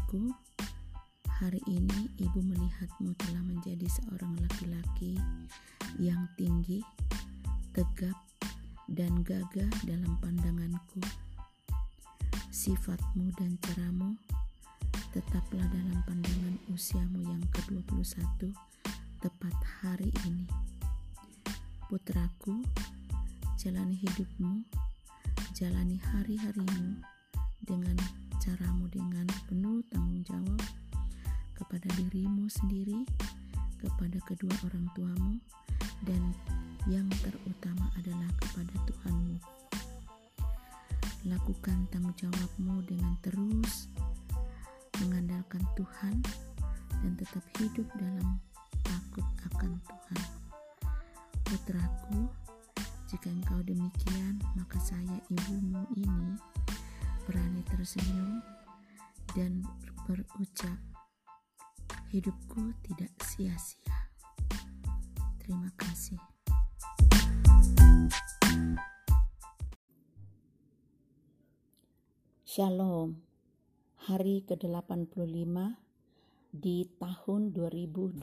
Anakku, hari ini ibu melihatmu telah menjadi seorang laki-laki yang tinggi, tegap, dan gagah dalam pandanganku. Sifatmu dan caramu tetaplah dalam pandangan usiamu yang ke-21 tepat hari ini. Putraku, jalani hidupmu, jalani hari-harimu dengan caramu dengan penuh tanggung jawab kepada dirimu sendiri, kepada kedua orang tuamu, dan yang terutama adalah kepada Tuhanmu. Lakukan tanggung jawabmu dengan terus mengandalkan Tuhan dan tetap hidup dalam takut akan Tuhan. Putraku, jika engkau demikian, maka saya ibumu ini berani tersenyum dan berucap, hidupku tidak sia-sia. Terima kasih. Shalom, hari ke-85 di tahun 2020.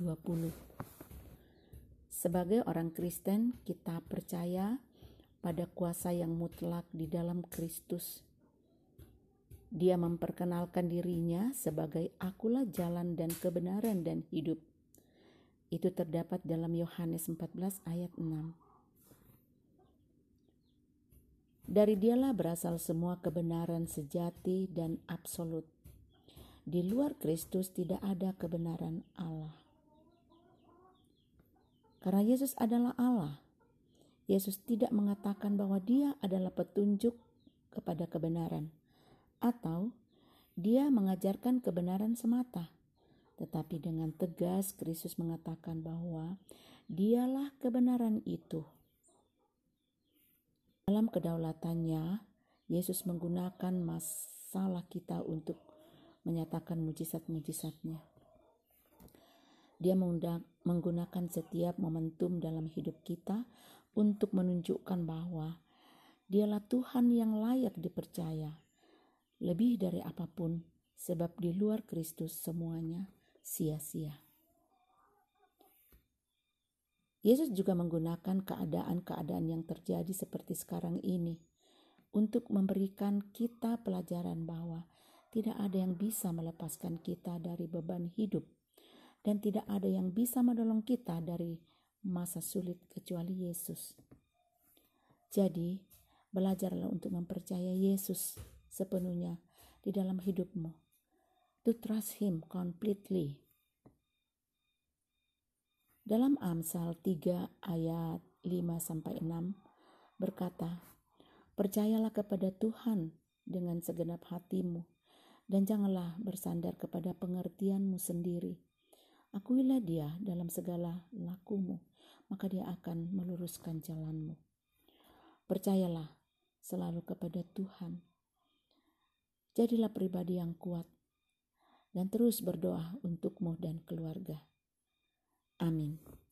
Sebagai orang Kristen, kita percaya pada kuasa yang mutlak di dalam Kristus. Dia memperkenalkan dirinya sebagai akulah jalan dan kebenaran dan hidup. Itu terdapat dalam Yohanes 14 ayat 6. Dari dialah berasal semua kebenaran sejati dan absolut. Di luar Kristus tidak ada kebenaran Allah. Karena Yesus adalah Allah, Yesus tidak mengatakan bahwa dia adalah petunjuk kepada kebenaran, atau dia mengajarkan kebenaran semata. Tetapi dengan tegas Kristus mengatakan bahwa dialah kebenaran itu. Dalam kedaulatannya, Yesus menggunakan masalah kita untuk menyatakan mujizat-mujizatnya. Dia menggunakan setiap momentum dalam hidup kita untuk menunjukkan bahwa dialah Tuhan yang layak dipercaya. Lebih dari apapun, sebab di luar Kristus semuanya sia-sia. Yesus juga menggunakan keadaan-keadaan yang terjadi seperti sekarang ini untuk memberikan kita pelajaran bahwa tidak ada yang bisa melepaskan kita dari beban hidup dan tidak ada yang bisa menolong kita dari masa sulit kecuali Yesus. Jadi, belajarlah untuk mempercayai Yesus sepenuhnya di dalam hidupmu. To trust Him completely. Dalam Amsal 3 ayat 5-6 berkata, percayalah kepada Tuhan dengan segenap hatimu dan janganlah bersandar kepada pengertianmu sendiri. Akuilah Dia dalam segala lakumu, maka Dia akan meluruskan jalanmu. Percayalah selalu kepada Tuhan. Jadilah pribadi yang kuat dan terus berdoa untukmu dan keluarga. Amin.